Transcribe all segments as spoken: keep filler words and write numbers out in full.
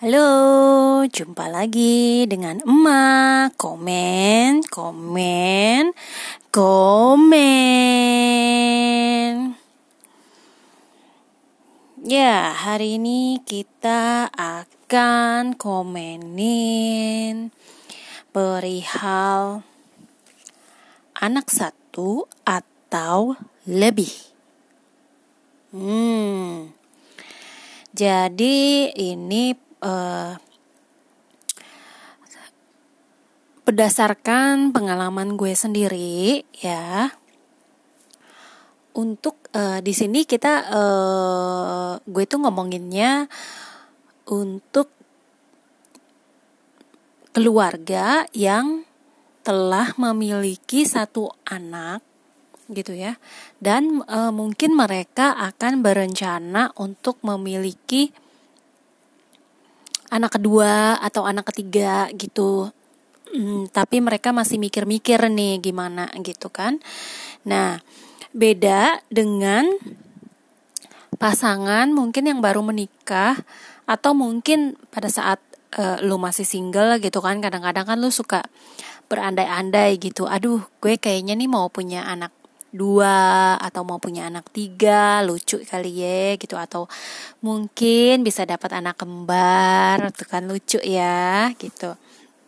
Halo, jumpa lagi dengan emak. Komen, komen, komen. Ya, hari ini kita akan komenin perihal anak satu atau lebih. Hmm. Jadi ini uh, berdasarkan pengalaman gue sendiri ya. Untuk uh, di sini kita uh, gue tuh ngomonginnya untuk keluarga yang telah memiliki satu anak gitu ya, dan e, mungkin mereka akan berencana untuk memiliki anak kedua atau anak ketiga gitu, hmm, tapi mereka masih mikir-mikir nih gimana gitu kan. Nah, beda dengan pasangan mungkin yang baru menikah atau mungkin pada saat e, lu masih single gitu kan. Kadang-kadang kan lu suka berandai-andai gitu, aduh gue kayaknya nih mau punya anak dua atau mau punya anak tiga, lucu kali ya gitu, atau mungkin bisa dapat anak kembar, itu kan lucu ya gitu.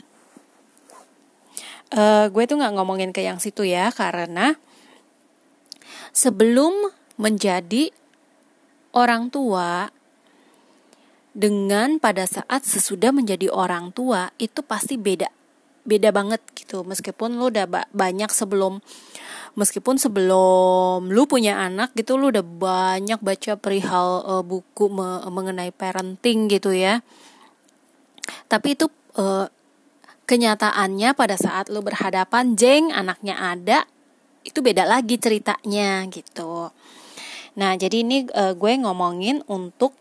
Uh, gue tuh nggak ngomongin ke yang situ ya, karena sebelum menjadi orang tua dengan pada saat sesudah menjadi orang tua itu pasti beda, beda banget gitu. Meskipun lu udah ba- banyak sebelum Meskipun sebelum lu punya anak gitu, lu udah banyak baca perihal uh, buku me- mengenai parenting gitu ya. Tapi itu uh, kenyataannya pada saat lu berhadapan, jeng anaknya ada, itu beda lagi ceritanya gitu. Nah, jadi ini uh, gue ngomongin untuk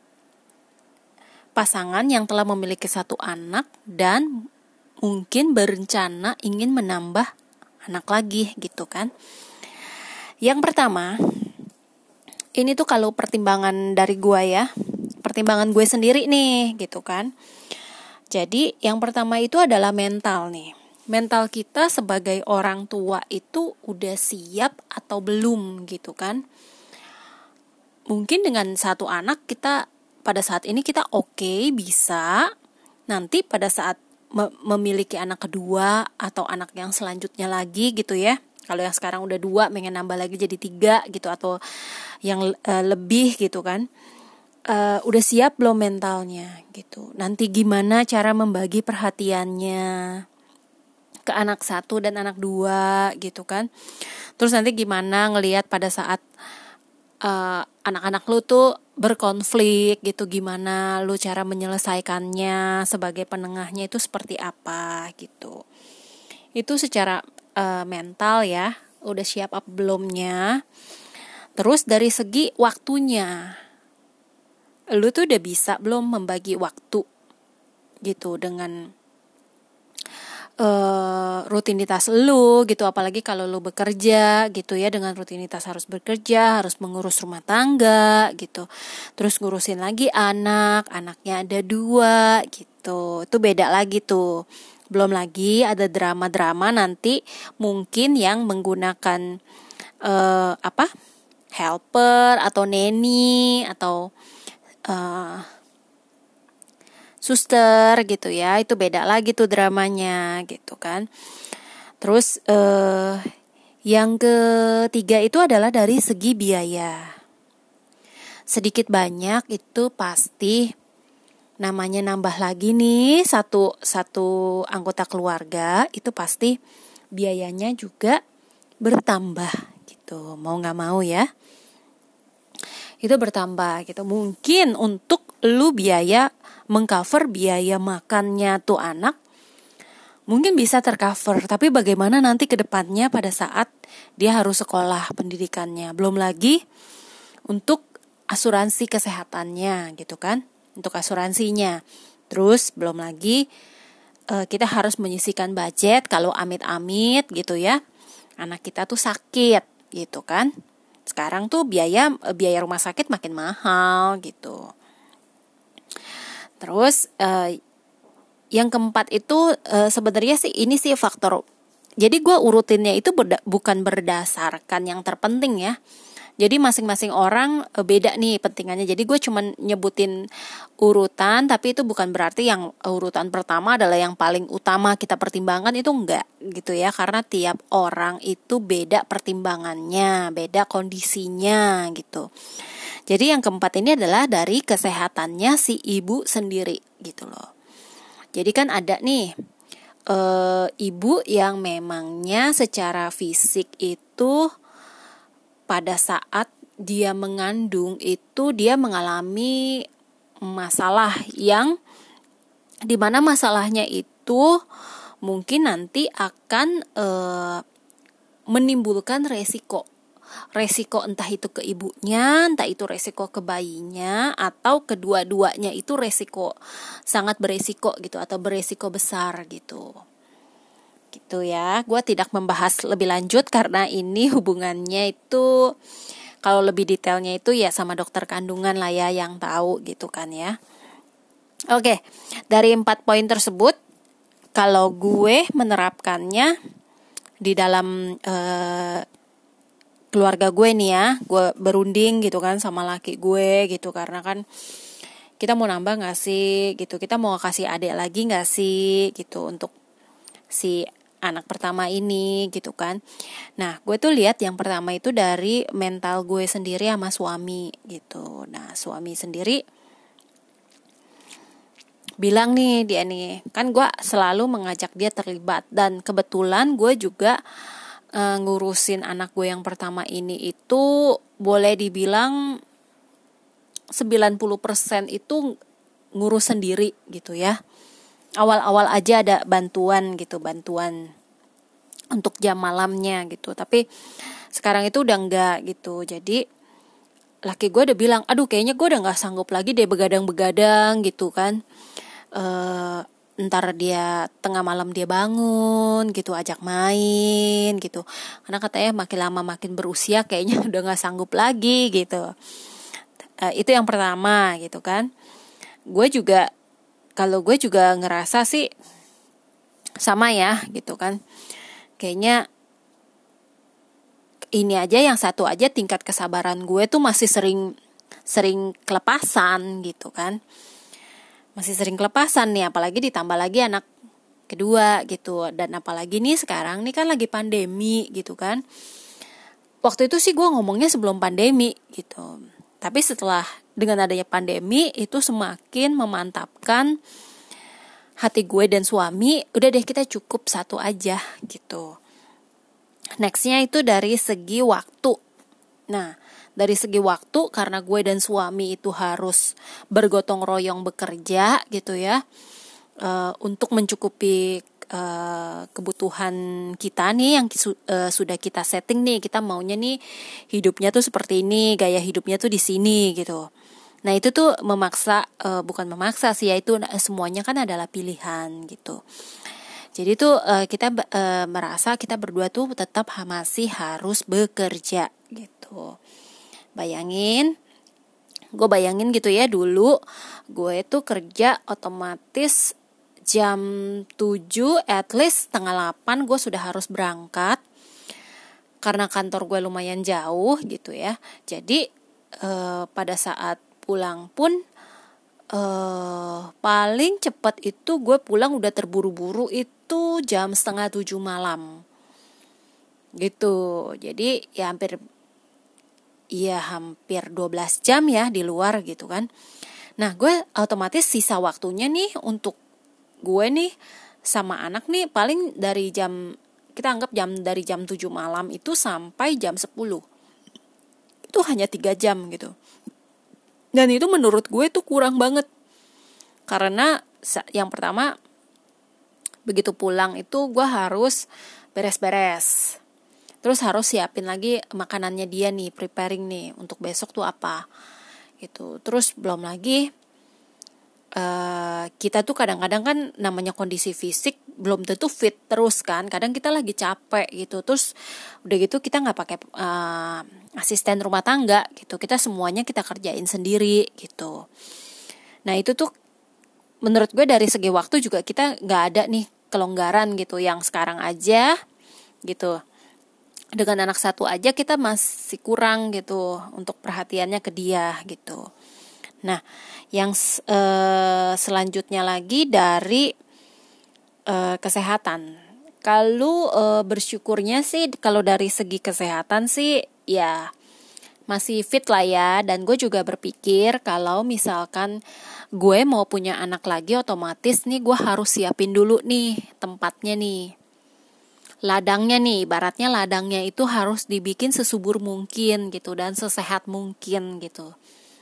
pasangan yang telah memiliki satu anak dan mungkin berencana ingin menambah anak lagi gitu kan. Yang pertama, ini tuh kalau pertimbangan dari gue ya, pertimbangan gue sendiri nih gitu kan. Jadi yang pertama itu adalah mental nih. Mental kita sebagai orang tua itu udah siap atau belum gitu kan. Mungkin dengan satu anak kita pada saat ini kita oke okay, bisa. Nanti pada saat me- memiliki anak kedua atau anak yang selanjutnya lagi gitu ya. Kalau yang sekarang udah dua, pengen nambah lagi jadi tiga gitu, atau yang uh, lebih gitu kan. Uh, udah siap belum mentalnya gitu. Nanti gimana cara membagi perhatiannya ke anak satu dan anak dua gitu kan. Terus nanti gimana ngelihat pada saat uh, anak-anak lu tuh berkonflik gitu, gimana lu cara menyelesaikannya sebagai penengahnya itu seperti apa gitu. Itu secara uh, mental ya, udah siap apa belumnya. Terus dari segi waktunya, lu tuh udah bisa belum membagi waktu gitu dengan uh, rutinitas lu gitu, apalagi kalau lu bekerja gitu ya, dengan rutinitas harus bekerja, harus mengurus rumah tangga gitu, terus ngurusin lagi anak, anaknya ada dua gitu, itu beda lagi tuh. Belum lagi ada drama-drama nanti mungkin yang menggunakan uh, apa helper atau neni atau uh, suster gitu ya, itu beda lagi tuh dramanya gitu kan. Terus uh, yang ketiga itu adalah dari segi biaya. Sedikit banyak itu pasti namanya nambah lagi nih satu satu anggota keluarga, itu pasti biayanya juga bertambah gitu, mau nggak mau ya, itu bertambah gitu. Mungkin untuk lu biaya mengcover biaya makannya tuh anak mungkin bisa tercover, tapi bagaimana nanti ke depannya pada saat dia harus sekolah pendidikannya, belum lagi untuk asuransi kesehatannya gitu kan, untuk asuransinya. Terus belum lagi uh, kita harus menyisihkan budget kalau amit-amit gitu ya, anak kita tuh sakit gitu kan. Sekarang tuh biaya biaya rumah sakit makin mahal gitu. Terus uh, yang keempat itu uh, sebenarnya sih ini sih faktor. Jadi gue urutinnya itu berda- bukan berdasarkan yang terpenting ya. Jadi masing-masing orang uh, beda nih pentingannya. Jadi gue cuman nyebutin urutan, tapi itu bukan berarti yang urutan pertama adalah yang paling utama kita pertimbangkan, itu enggak gitu ya. Karena tiap orang itu beda pertimbangannya, beda kondisinya gitu. Jadi yang keempat ini adalah dari kesehatannya si ibu sendiri gitu loh. Jadi kan ada nih e, ibu yang memangnya secara fisik itu pada saat dia mengandung itu dia mengalami masalah yang dimana masalahnya itu mungkin nanti akan e, menimbulkan resiko. Resiko entah itu ke ibunya, entah itu resiko ke bayinya, atau kedua-duanya itu resiko, sangat beresiko gitu, atau beresiko besar gitu. Gitu ya, gue tidak membahas lebih lanjut karena ini hubungannya itu, kalau lebih detailnya itu ya sama dokter kandungan lah ya yang tahu gitu kan ya. Oke, dari empat poin tersebut, kalau gue menerapkannya di dalam eh, keluarga gue nih ya, gue berunding gitu kan sama laki gue gitu, karena kan kita mau nambah gak sih gitu, kita mau kasih adik lagi gak sih gitu untuk si anak pertama ini gitu kan. Nah gue tuh lihat yang pertama itu dari mental gue sendiri sama suami gitu. Nah suami sendiri bilang nih dia nih, kan gue selalu mengajak dia terlibat, dan kebetulan gue juga Uh, ngurusin anak gue yang pertama ini itu boleh dibilang sembilan puluh persen itu ngurus sendiri gitu ya. Awal-awal aja ada bantuan gitu, bantuan untuk jam malamnya gitu. Tapi sekarang itu udah enggak gitu. Jadi laki gue udah bilang, aduh kayaknya gue udah gak sanggup lagi deh begadang-begadang gitu kan. Uh, ntar dia tengah malam dia bangun gitu, ajak main gitu, karena katanya makin lama makin berusia kayaknya udah nggak sanggup lagi gitu. Uh, itu yang pertama gitu kan. Gue juga kalau gue juga ngerasa sih sama ya gitu kan, kayaknya ini aja yang satu aja tingkat kesabaran gue tuh masih sering sering kelepasan gitu kan. Masih sering kelepasan nih, apalagi ditambah lagi anak kedua gitu. Dan apalagi nih sekarang nih kan lagi pandemi gitu kan. Waktu itu sih gue ngomongnya sebelum pandemi gitu. Tapi setelah dengan adanya pandemi itu semakin memantapkan hati gue dan suami, udah deh kita cukup satu aja gitu. Nextnya itu dari segi waktu. Nah dari segi waktu, karena gue dan suami itu harus bergotong royong bekerja gitu ya, uh, untuk mencukupi uh, kebutuhan kita nih yang uh, sudah kita setting nih, kita maunya nih hidupnya tuh seperti ini, gaya hidupnya tuh di sini gitu. Nah itu tuh memaksa, uh, bukan memaksa sih ya, itu semuanya kan adalah pilihan gitu. Jadi tuh uh, kita uh, merasa kita berdua tuh tetap masih harus bekerja gitu. Bayangin, gue bayangin gitu ya, dulu gue tuh kerja otomatis jam tujuh, at least setengah delapan gue sudah harus berangkat, karena kantor gue lumayan jauh gitu ya. Jadi eh, pada saat pulang pun eh, paling cepat itu gue pulang udah terburu-buru itu jam setengah tujuh malam gitu. Jadi ya hampir Iya hampir dua belas jam ya di luar gitu kan. Nah gue otomatis sisa waktunya nih untuk gue nih sama anak nih paling dari jam, kita anggap jam dari jam tujuh malam itu sampai jam sepuluh. Itu hanya tiga jam gitu. Dan itu menurut gue tuh kurang banget. Karena yang pertama begitu pulang itu gue harus beres-beres. Terus harus siapin lagi makanannya dia nih, preparing nih untuk besok tuh apa gitu. Terus belum lagi uh, kita tuh kadang-kadang kan namanya kondisi fisik belum tentu fit terus kan. Kadang kita lagi capek gitu. Terus udah gitu kita nggak pakai uh, asisten rumah tangga gitu. Kita semuanya kita kerjain sendiri gitu. Nah itu tuh menurut gue dari segi waktu juga kita nggak ada nih kelonggaran gitu, yang sekarang aja gitu dengan anak satu aja kita masih kurang gitu untuk perhatiannya ke dia gitu. Nah, yang uh, selanjutnya lagi dari uh, kesehatan. Kalau uh, bersyukurnya sih kalau dari segi kesehatan sih ya masih fit lah ya. Dan gue juga berpikir kalau misalkan gue mau punya anak lagi, otomatis nih gue harus siapin dulu nih tempatnya nih. Ladangnya nih, ibaratnya ladangnya itu harus dibikin sesubur mungkin gitu dan sesehat mungkin gitu.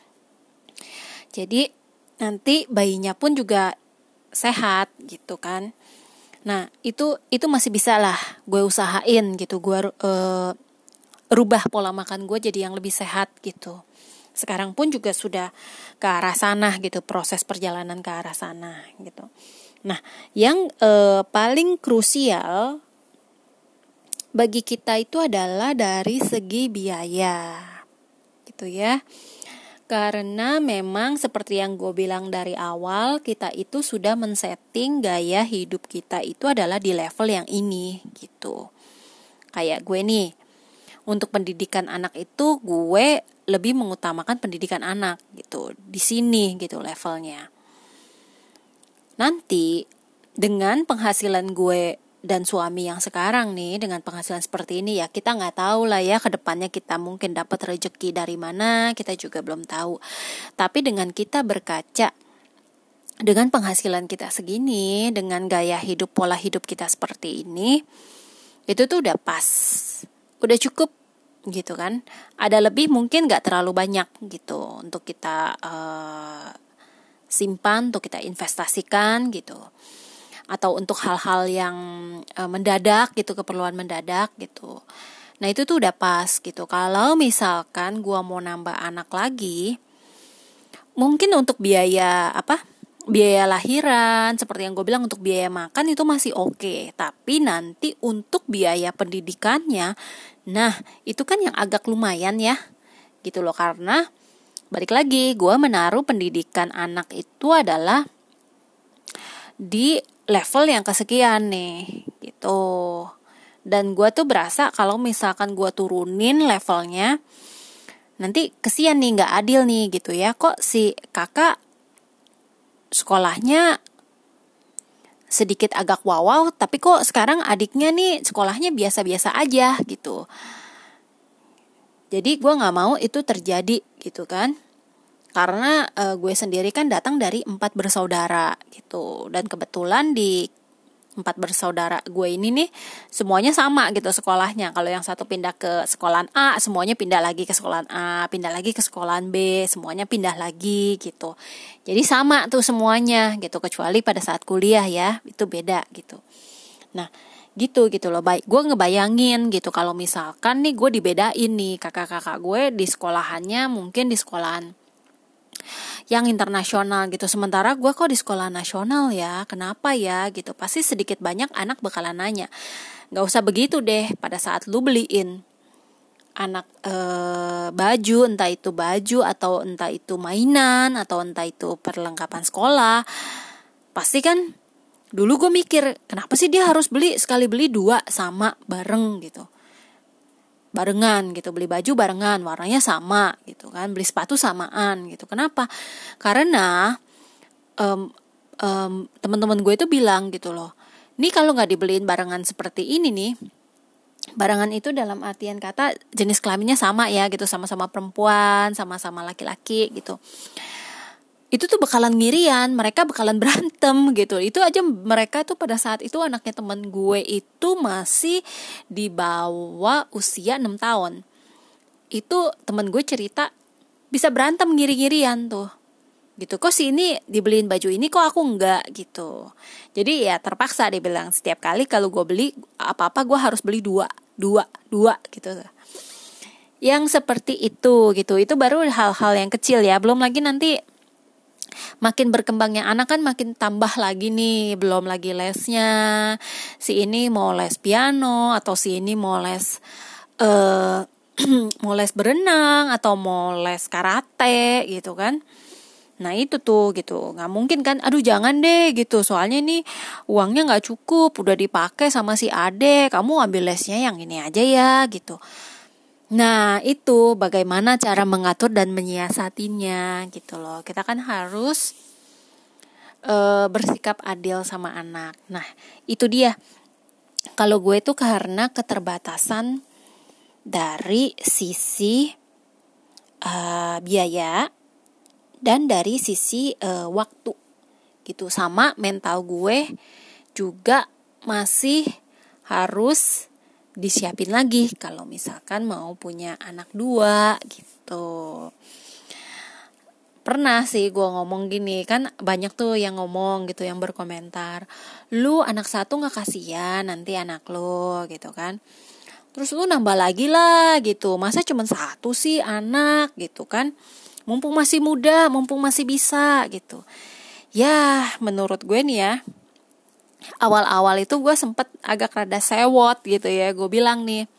Jadi nanti bayinya pun juga sehat gitu kan. Nah itu itu masih bisa lah gue usahain gitu. Gue uh, rubah pola makan gue jadi yang lebih sehat gitu. Sekarang pun juga sudah ke arah sana gitu, proses perjalanan ke arah sana gitu. Nah yang uh, paling krusial bagi kita itu adalah dari segi biaya gitu ya. Karena memang seperti yang gue bilang dari awal, kita itu sudah men-setting gaya hidup kita itu adalah di level yang ini gitu. Kayak gue nih, untuk pendidikan anak itu gue lebih mengutamakan pendidikan anak gitu. Di sini gitu levelnya. Nanti dengan penghasilan gue dan suami yang sekarang nih, dengan penghasilan seperti ini ya kita nggak tahu lah ya ke depannya kita mungkin dapat rezeki dari mana, kita juga belum tahu. Tapi dengan kita berkaca dengan penghasilan kita segini, dengan gaya hidup, pola hidup kita seperti ini, itu tuh udah pas, udah cukup gitu kan. Ada lebih mungkin nggak terlalu banyak gitu untuk kita uh, simpan, untuk kita investasikan gitu. Atau untuk hal-hal yang e, mendadak gitu, keperluan mendadak gitu. Nah itu tuh udah pas gitu. Kalau misalkan gue mau nambah anak lagi, mungkin untuk biaya apa? Biaya lahiran, seperti yang gue bilang, untuk biaya makan itu masih oke. Tapi nanti untuk biaya pendidikannya, nah itu kan yang agak lumayan ya, gitu loh. Karena balik lagi, gue menaruh pendidikan anak itu adalah di level yang kesekian nih gitu. Dan gue tuh berasa kalau misalkan gue turunin levelnya, nanti kesian nih, gak adil nih gitu ya. Kok si kakak sekolahnya sedikit agak wow-wow, tapi kok sekarang adiknya nih sekolahnya biasa-biasa aja gitu. Jadi gue gak mau itu terjadi gitu kan. Karena e, gue sendiri kan datang dari empat bersaudara gitu. Dan kebetulan di empat bersaudara gue ini nih semuanya sama gitu sekolahnya. Kalau yang satu pindah ke sekolahan A, semuanya pindah lagi ke sekolahan A, pindah lagi ke sekolahan B, semuanya pindah lagi gitu. Jadi sama tuh semuanya gitu, kecuali pada saat kuliah ya, itu beda gitu. Nah gitu gitu loh. Baik, gue ngebayangin gitu kalau misalkan nih gue dibedain nih, kakak-kakak gue di sekolahannya mungkin di sekolahan yang internasional gitu, sementara gue kok di sekolah nasional ya, kenapa ya gitu. Pasti sedikit banyak anak bakalan nanya. Gak usah begitu deh, pada saat lu beliin anak e, baju, entah itu baju atau entah itu mainan atau entah itu perlengkapan sekolah, pasti kan dulu gue mikir, kenapa sih dia harus beli sekali beli dua sama bareng gitu, barengan gitu, beli baju barengan, warnanya sama gitu kan, beli sepatu samaan gitu. Kenapa? Karena um, um, teman-teman gue itu bilang gitu loh, nih kalau nggak dibeliin barengan seperti ini nih, barengan itu dalam artian kata jenis kelaminnya sama ya gitu, sama-sama perempuan, sama-sama laki-laki gitu, itu tuh bakalan ngirian, mereka bakalan berantem gitu. Itu aja mereka tuh pada saat itu anaknya teman gue itu masih di bawah usia enam tahun. Itu teman gue cerita bisa berantem ngiri-ngirian tuh. Gitu, kok si ini dibeliin baju ini kok aku enggak gitu. Jadi ya terpaksa dia bilang setiap kali kalau gue beli apa-apa gue harus beli dua, dua, dua gitu. Yang seperti itu gitu. Itu baru hal-hal yang kecil ya, belum lagi nanti makin berkembangnya anak kan makin tambah lagi nih, belum lagi lesnya. Si ini mau les piano atau si ini mau les uh, mau les berenang atau mau les karate gitu kan. Nah itu tuh gitu, nggak mungkin kan, aduh jangan deh gitu, soalnya nih uangnya nggak cukup, udah dipakai sama si ade, kamu ambil lesnya yang ini aja ya gitu. Nah itu bagaimana cara mengatur dan menyiasatinya gitu loh. Kita kan harus e, bersikap adil sama anak. Nah itu dia, kalau gue tuh karena keterbatasan dari sisi e, biaya dan dari sisi uh, waktu gitu, sama mental gue juga masih harus disiapin lagi kalau misalkan mau punya anak dua gitu. Pernah sih gue ngomong gini, kan banyak tuh yang ngomong gitu, yang berkomentar, lu anak satu gak kasihan nanti anak lu gitu kan, terus lu nambah lagi lah gitu, masa cuma satu sih anak gitu kan, mumpung masih muda, mumpung masih bisa gitu. Ya menurut gue nih ya, awal-awal itu gue sempet agak rada sewot gitu ya. Gue bilang nih,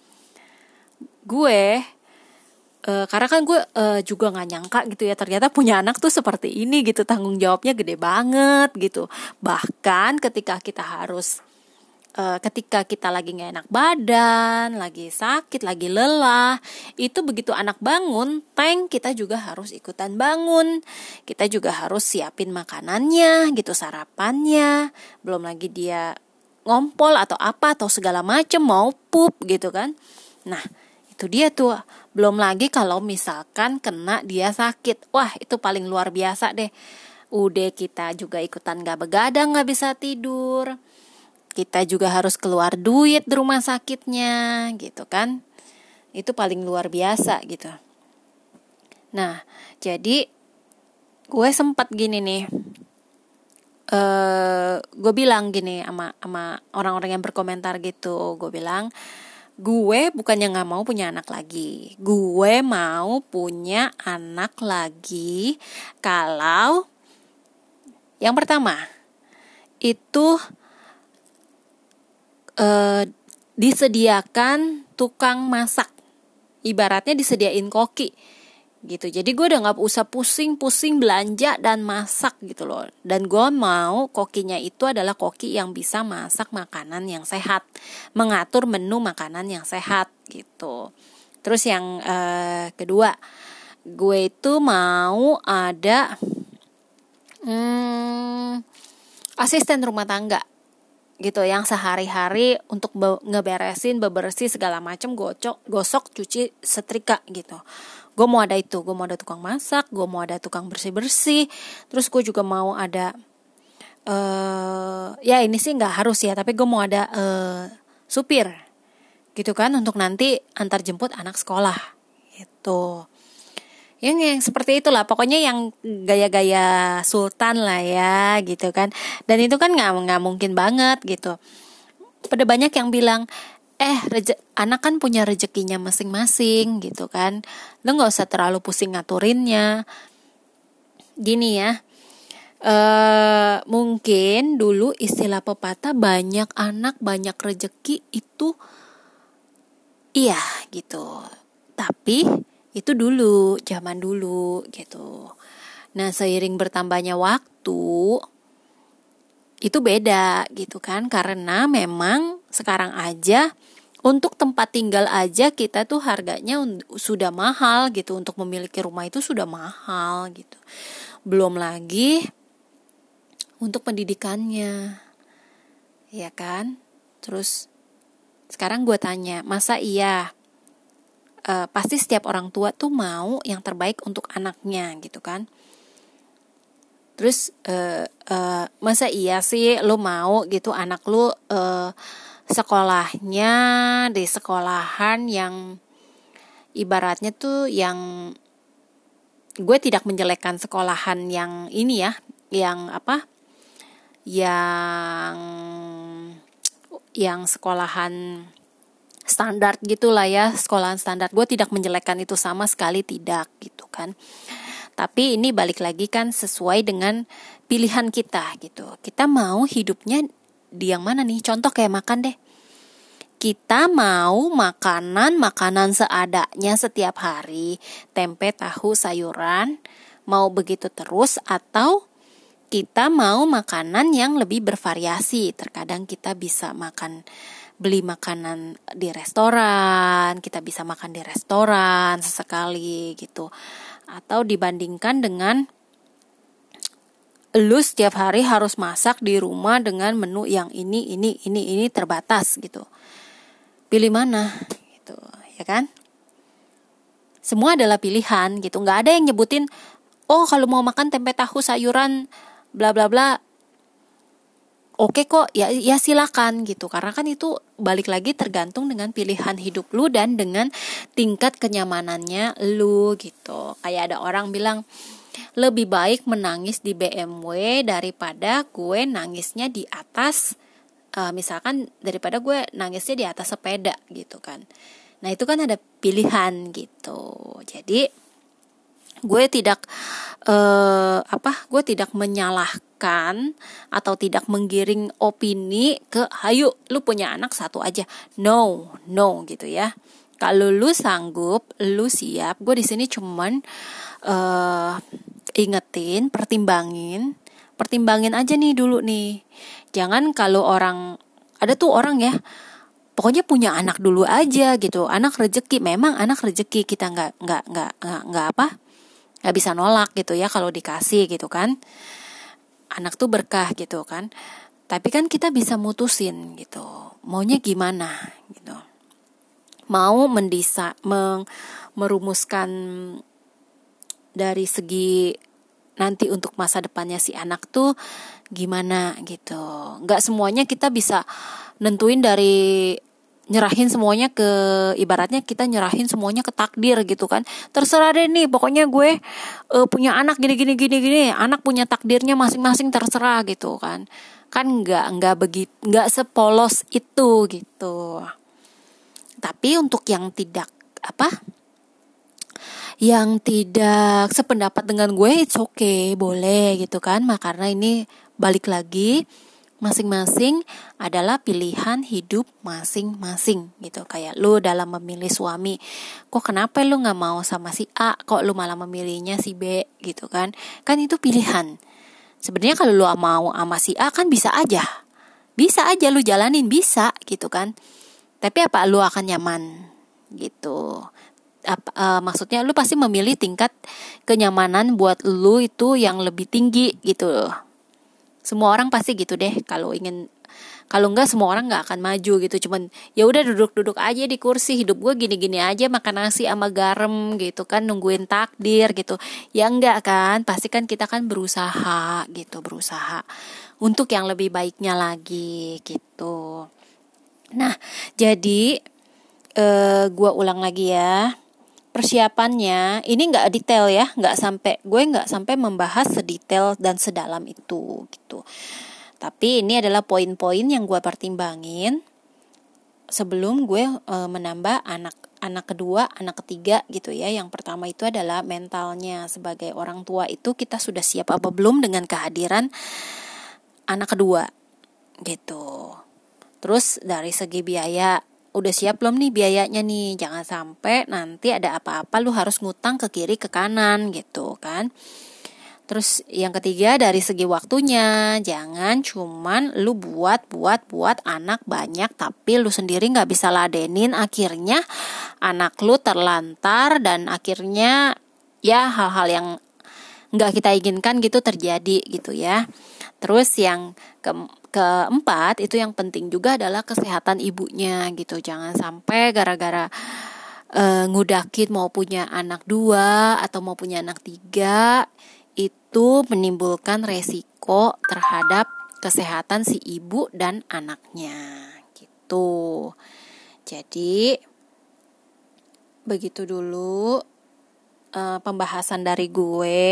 gue e, karena kan gue e, juga gak nyangka gitu ya, ternyata punya anak tuh seperti ini gitu, tanggung jawabnya gede banget gitu. Bahkan ketika kita harus Uh, ketika kita lagi gak enak badan, lagi sakit, lagi lelah, itu begitu anak bangun, teng, kita juga harus ikutan bangun. Kita juga harus siapin makanannya gitu, sarapannya. Belum lagi dia ngompol atau apa, atau segala macem, mau pup gitu kan. Nah itu dia tuh, belum lagi kalau misalkan kena dia sakit, wah itu paling luar biasa deh. Udah kita juga ikutan gak begadang, gak bisa tidur, kita juga harus keluar duit di rumah sakitnya gitu kan. Itu paling luar biasa gitu. Nah jadi gue sempat gini nih, uh, gue bilang gini sama, sama orang-orang yang berkomentar gitu. Gue bilang, gue bukannya gak mau punya anak lagi, gue mau punya anak lagi kalau yang pertama itu Uh, disediakan tukang masak, ibaratnya disediain koki gitu. Jadi gue udah gak usah pusing-pusing belanja dan masak gitu loh. Dan gue mau kokinya itu adalah koki yang bisa masak makanan yang sehat, mengatur menu makanan yang sehat gitu. Terus yang uh, kedua, gue itu mau ada hmm, asisten rumah tangga gitu, yang sehari-hari untuk be- ngeberesin, bebersih segala macam, gocok, gosok, cuci, setrika gitu. Gue mau ada itu, gue mau ada tukang masak, gue mau ada tukang bersih-bersih, terus gue juga mau ada, uh, ya ini sih nggak harus ya, tapi gue mau ada uh, supir, gitu kan, untuk nanti antar jemput anak sekolah, gitu. Yang, yang seperti itulah, pokoknya yang gaya-gaya sultan lah ya gitu kan. Dan itu kan nggak nggak mungkin banget gitu. Pada banyak yang bilang, eh reje- anak kan punya rezekinya masing-masing gitu kan, lo nggak usah terlalu pusing ngaturinnya. Gini ya, uh, mungkin dulu istilah pepatah banyak anak banyak rezeki itu iya gitu, tapi itu dulu, zaman dulu gitu. Nah seiring bertambahnya waktu itu beda gitu kan, karena memang sekarang aja untuk tempat tinggal aja kita tuh harganya sudah mahal gitu, untuk memiliki rumah itu sudah mahal gitu. Belum lagi untuk pendidikannya, ya kan. Terus sekarang gue tanya, masa iya Uh, pasti setiap orang tua tuh mau yang terbaik untuk anaknya gitu kan. Terus uh, uh, masa iya sih lu mau gitu anak lu uh, sekolahnya di sekolahan yang ibaratnya tuh yang, gue tidak menjelekkan sekolahan yang ini ya, yang apa, yang yang sekolahan standar gitulah ya, sekolahan standar. Gue tidak menjelekkan itu sama sekali, tidak gitu kan. Tapi ini balik lagi kan sesuai dengan pilihan kita gitu. Kita mau hidupnya di yang mana nih? Contoh kayak makan deh. Kita mau makanan makanan seadanya setiap hari, tempe, tahu, sayuran, Mau begitu terus atau kita mau makanan yang lebih bervariasi. Terkadang kita bisa makan beli makanan di restoran, kita bisa makan di restoran sesekali gitu. Atau dibandingkan dengan lu setiap hari harus masak di rumah dengan menu yang ini, ini, ini, ini terbatas gitu. Pilih mana gitu, ya kan? Semua adalah pilihan gitu. Nggak ada yang nyebutin, oh kalau mau makan tempe tahu sayuran bla bla bla, oke kok, ya ya silakan gitu. Karena kan itu balik lagi tergantung dengan pilihan hidup lu dan dengan tingkat kenyamanannya lu gitu. Kayak ada orang bilang lebih baik menangis di B M W daripada gue nangisnya di atas uh, misalkan daripada gue nangisnya di atas sepeda gitu kan. Nah, itu kan ada pilihan gitu. Jadi gue tidak uh, apa? Gue tidak menyalahkan atau tidak menggiring opini ke hayu lu punya anak satu aja. No, no gitu ya. Kalau lu sanggup, lu siap. Gue di sini cuman uh, ingetin, pertimbangin, pertimbangin aja nih dulu nih. Jangan kalau orang, ada tuh orang ya, pokoknya punya anak dulu aja gitu. Anak rezeki, memang anak rezeki, kita nggak nggak nggak nggak nggak apa, nggak bisa nolak gitu ya kalau dikasih gitu kan. Anak tuh berkah gitu kan. Tapi kan kita bisa mutusin gitu, maunya gimana gitu. Mau mendisa, meng, merumuskan dari segi nanti untuk masa depannya si anak tuh gimana gitu. Nggak semuanya kita bisa nentuin dari nyerahin semuanya ke, ibaratnya kita nyerahin semuanya ke takdir gitu kan. Terserah deh nih, pokoknya gue uh, punya anak gini gini gini gini, anak punya takdirnya masing-masing terserah gitu kan. Kan nggak nggak begitu, nggak sepolos itu gitu. Tapi untuk yang tidak apa, yang tidak sependapat dengan gue, it's okay, boleh gitu kan. Nah, karena ini balik lagi, masing-masing adalah pilihan hidup masing-masing gitu. Kayak lu dalam memilih suami, kok kenapa lu gak mau sama si A, kok lu malah memilihnya si B gitu kan. Kan itu pilihan. Sebenarnya kalau lu mau sama si A kan bisa aja, bisa aja lu jalanin, bisa gitu kan. Tapi apa lu akan nyaman gitu. Apa, uh, maksudnya lu pasti memilih tingkat kenyamanan buat lu itu yang lebih tinggi gitu. Semua orang pasti gitu deh. Kalau ingin, kalau enggak semua orang nggak akan maju gitu. Cuman ya udah duduk-duduk aja di kursi, hidup gue gini-gini aja, makan nasi sama garam gitu kan, nungguin takdir gitu. Ya enggak kan, pasti kan kita kan berusaha gitu, berusaha untuk yang lebih baiknya lagi gitu. Nah, jadi uh, gue ulang lagi ya. Persiapannya ini nggak detail ya, nggak sampai gue nggak sampai membahas sedetail dan sedalam itu gitu. Tapi ini adalah poin-poin yang gue pertimbangin sebelum gue e, menambah anak anak kedua, anak ketiga gitu ya. Yang pertama itu adalah mentalnya sebagai orang tua, itu kita sudah siap apa belum dengan kehadiran anak kedua gitu. Terus dari segi biaya, udah siap belum nih biayanya nih? Jangan sampai nanti ada apa-apa lu harus ngutang ke kiri ke kanan gitu kan. Terus yang ketiga dari segi waktunya, jangan cuman lu buat buat buat anak banyak tapi lu sendiri nggak bisa ladenin, akhirnya anak lu terlantar dan akhirnya ya hal-hal yang nggak kita inginkan gitu terjadi gitu ya. Terus yang ke keempat itu yang penting juga adalah kesehatan ibunya gitu. Jangan sampai gara-gara e, ngudakin mau punya anak dua atau mau punya anak tiga itu menimbulkan resiko terhadap kesehatan si ibu dan anaknya gitu. Jadi begitu dulu e, pembahasan dari gue.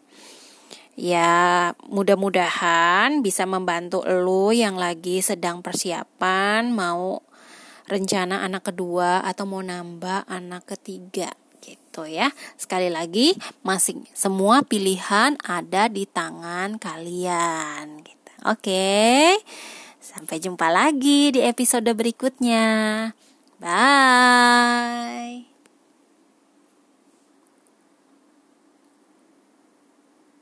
Ya, mudah-mudahan bisa membantu lo yang lagi sedang persiapan mau rencana anak kedua atau mau nambah anak ketiga gitu ya. Sekali lagi, masing semua pilihan ada di tangan kalian gitu. Oke. Sampai jumpa lagi di episode berikutnya. Bye.